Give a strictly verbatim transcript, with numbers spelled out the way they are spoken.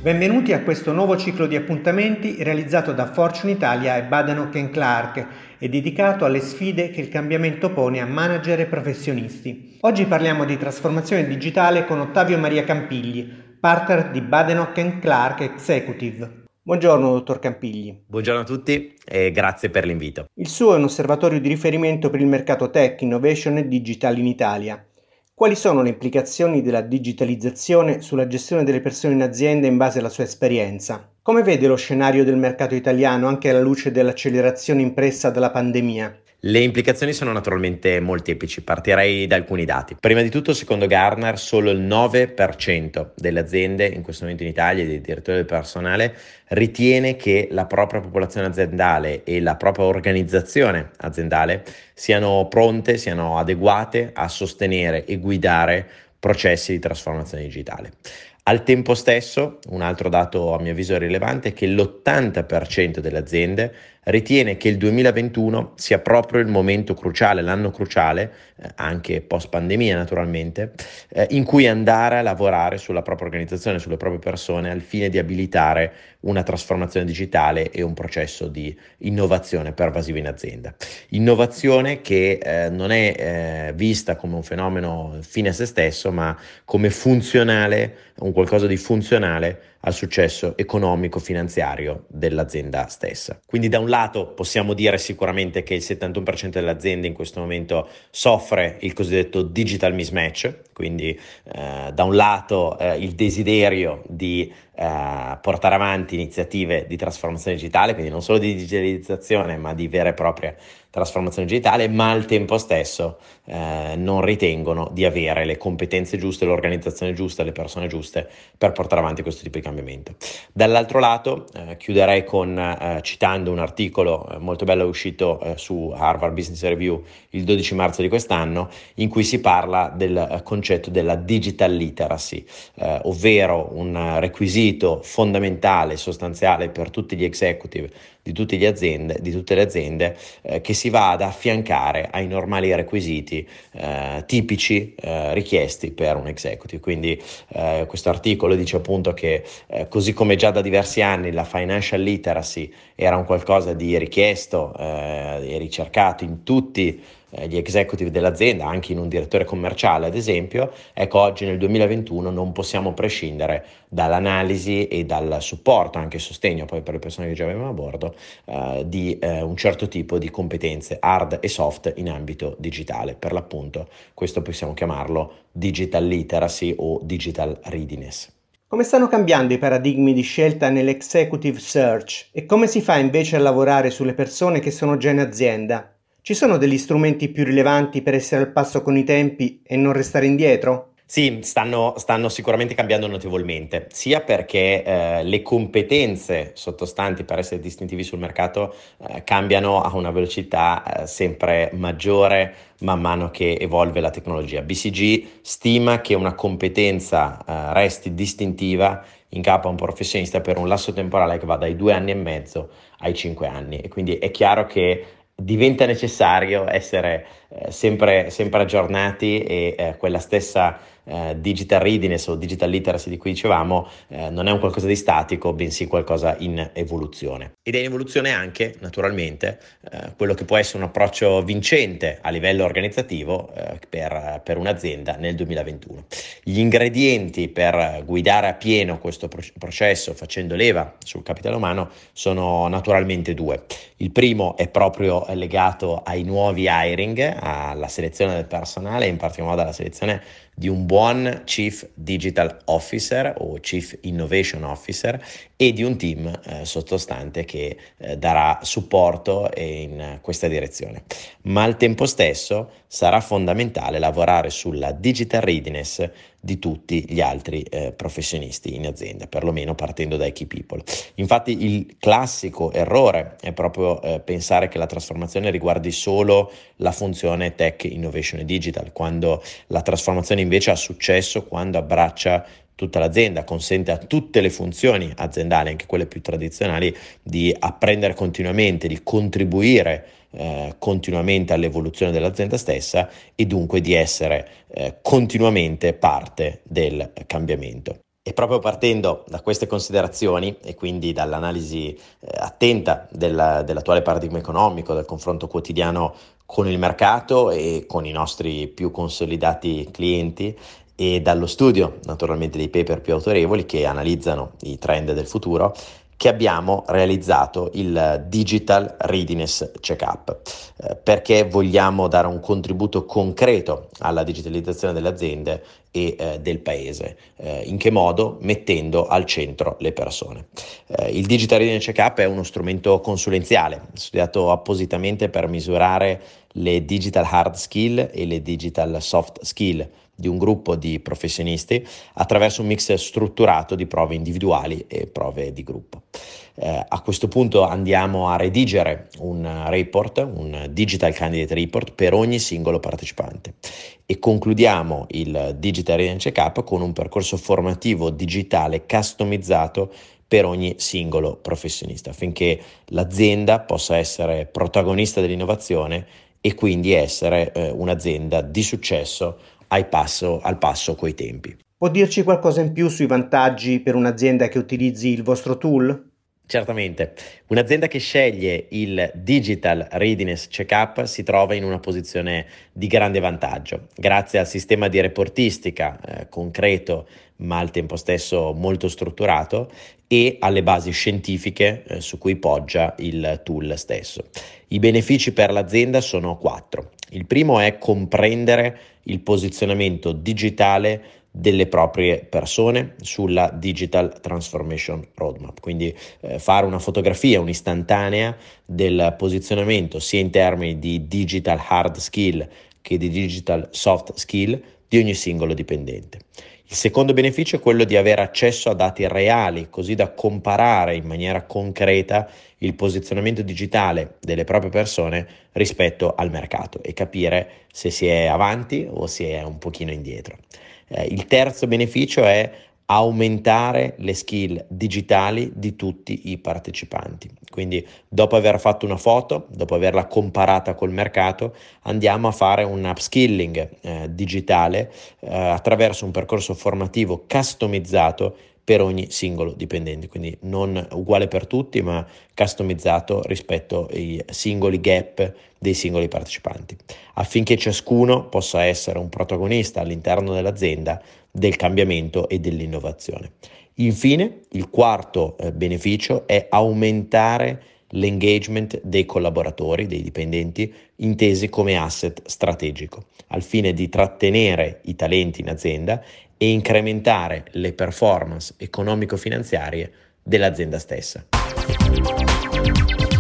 Benvenuti a questo nuovo ciclo di appuntamenti realizzato da Fortune Italia e Badenoch Clark e dedicato alle sfide che il cambiamento pone a manager e professionisti. Oggi parliamo di trasformazione digitale con Ottavio Maria Campigli, partner di Badenoch Clark Executive. Buongiorno dottor Campigli. Buongiorno a tutti e grazie per l'invito. Il suo è un osservatorio di riferimento per il mercato tech, innovation e digital in Italia. Quali sono le implicazioni della digitalizzazione sulla gestione delle persone in azienda in base alla sua esperienza? Come vede lo scenario del mercato italiano anche alla luce dell'accelerazione impressa dalla pandemia? Le implicazioni sono naturalmente molteplici, partirei da alcuni dati. Prima di tutto, secondo Gartner, solo il nove per cento delle aziende in questo momento in Italia, dei direttori del personale, ritiene che la propria popolazione aziendale e la propria organizzazione aziendale siano pronte, siano adeguate a sostenere e guidare processi di trasformazione digitale. Al tempo stesso, un altro dato a mio avviso rilevante è che l'ottanta per cento delle aziende ritiene che il duemilaventuno sia proprio il momento cruciale, l'anno cruciale, eh, anche post pandemia naturalmente, eh, in cui andare a lavorare sulla propria organizzazione, sulle proprie persone al fine di abilitare una trasformazione digitale e un processo di innovazione pervasivo in azienda. Innovazione che eh, non è eh, vista come un fenomeno fine a se stesso, ma come funzionale, un qualcosa di funzionale al successo economico finanziario dell'azienda stessa. Quindi da un lato possiamo dire sicuramente che il settantuno per cento delle aziende in questo momento soffre il cosiddetto digital mismatch, quindi eh, da un lato eh, il desiderio di eh, portare avanti iniziative di trasformazione digitale, quindi non solo di digitalizzazione ma di vera e propria trasformazione digitale, ma al tempo stesso eh, non ritengono di avere le competenze giuste, l'organizzazione giusta, le persone giuste per portare avanti questo tipo di cambiamento. Dall'altro lato eh, chiuderei con eh, citando un articolo eh, molto bello uscito eh, su Harvard Business Review il dodici marzo di quest'anno, in cui si parla del eh, concetto della digital literacy, eh, ovvero un requisito fondamentale, sostanziale per tutti gli executive di tutte le aziende, di tutte le aziende eh, che si va ad affiancare ai normali requisiti eh, tipici eh, richiesti per un executive. Quindi eh, questo articolo dice appunto che eh, così come già da diversi anni la financial literacy era un qualcosa di richiesto eh, e ricercato in tutti gli executive dell'azienda, anche in un direttore commerciale ad esempio, ecco oggi nel duemilaventuno non possiamo prescindere dall'analisi e dal supporto, anche sostegno poi per le persone che già avevamo a bordo, eh, di eh, un certo tipo di competenze hard e soft in ambito digitale. Per l'appunto questo possiamo chiamarlo digital literacy o digital readiness. Come stanno cambiando i paradigmi di scelta nell'executive search e come si fa invece a lavorare sulle persone che sono già in azienda? Ci sono degli strumenti più rilevanti per essere al passo con i tempi e non restare indietro? Sì, stanno, stanno sicuramente cambiando notevolmente, sia perché eh, le competenze sottostanti per essere distintivi sul mercato eh, cambiano a una velocità eh, sempre maggiore man mano che evolve la tecnologia. B C G stima che una competenza eh, resti distintiva in capo a un professionista per un lasso temporale che va dai due anni e mezzo ai cinque anni, e quindi è chiaro che diventa necessario essere eh, sempre, sempre aggiornati e eh, quella stessa eh, digital readiness o digital literacy di cui dicevamo eh, non è un qualcosa di statico, bensì qualcosa in evoluzione. Ed è in evoluzione anche, naturalmente, eh, quello che può essere un approccio vincente a livello organizzativo eh, per, per un'azienda nel duemilaventuno. Gli ingredienti per guidare a pieno questo pro- processo facendo leva sul capitale umano sono naturalmente due. Il primo è proprio legato ai nuovi hiring, alla selezione del personale, in particolar modo alla selezione di un buon Chief Digital Officer o Chief Innovation Officer e di un team eh, sottostante che eh, darà supporto in questa direzione. Ma al tempo stesso sarà fondamentale lavorare sulla digital readiness di tutti gli altri eh, professionisti in azienda, perlomeno partendo dai key people. Infatti il classico errore è proprio eh, pensare che la trasformazione riguardi solo la funzione tech, innovation e digital, quando la trasformazione invece ha successo quando abbraccia tutta l'azienda, consente a tutte le funzioni aziendali, anche quelle più tradizionali, di apprendere continuamente, di contribuire eh, continuamente all'evoluzione dell'azienda stessa e dunque di essere eh, continuamente parte del cambiamento. E proprio partendo da queste considerazioni e quindi dall'analisi eh, attenta della, dell'attuale paradigma economico, del confronto quotidiano con il mercato e con i nostri più consolidati clienti e dallo studio naturalmente dei paper più autorevoli che analizzano i trend del futuro, che abbiamo realizzato il Digital Readiness Checkup, eh, perché vogliamo dare un contributo concreto alla digitalizzazione delle aziende e eh, del paese. Eh, in che modo? Mettendo al centro le persone. Eh, il Digital Readiness Checkup è uno strumento consulenziale, studiato appositamente per misurare le digital hard skill e le digital soft skill di un gruppo di professionisti attraverso un mix strutturato di prove individuali e prove di gruppo. Eh, a questo punto andiamo a redigere un report, un Digital Candidate Report per ogni singolo partecipante e concludiamo il Digital Readiness Checkup con un percorso formativo digitale customizzato per ogni singolo professionista affinché l'azienda possa essere protagonista dell'innovazione e quindi essere eh, un'azienda di successo Ai passo, al passo coi tempi. Può dirci qualcosa in più sui vantaggi per un'azienda che utilizzi il vostro tool? Certamente, un'azienda che sceglie il Digital Readiness Checkup si trova in una posizione di grande vantaggio, grazie al sistema di reportistica eh, concreto ma al tempo stesso molto strutturato e alle basi scientifiche eh, su cui poggia il tool stesso. I benefici per l'azienda sono quattro. Il primo è comprendere il posizionamento digitale delle proprie persone sulla Digital Transformation Roadmap, quindi eh, fare una fotografia, un'istantanea del posizionamento sia in termini di digital hard skill che di digital soft skill di ogni singolo dipendente. Il secondo beneficio è quello di avere accesso a dati reali, così da comparare in maniera concreta il posizionamento digitale delle proprie persone rispetto al mercato e capire se si è avanti o si è un pochino indietro. Eh, il terzo beneficio è aumentare le skill digitali di tutti i partecipanti. Quindi dopo aver fatto una foto, dopo averla comparata col mercato, andiamo a fare un upskilling eh, digitale eh, attraverso un percorso formativo customizzato per ogni singolo dipendente, quindi non uguale per tutti, ma customizzato rispetto ai singoli gap dei singoli partecipanti, affinché ciascuno possa essere un protagonista all'interno dell'azienda del cambiamento e dell'innovazione. Infine, il quarto eh, beneficio è aumentare l'engagement dei collaboratori, dei dipendenti, intesi come asset strategico, al fine di trattenere i talenti in azienda e incrementare le performance economico-finanziarie dell'azienda stessa.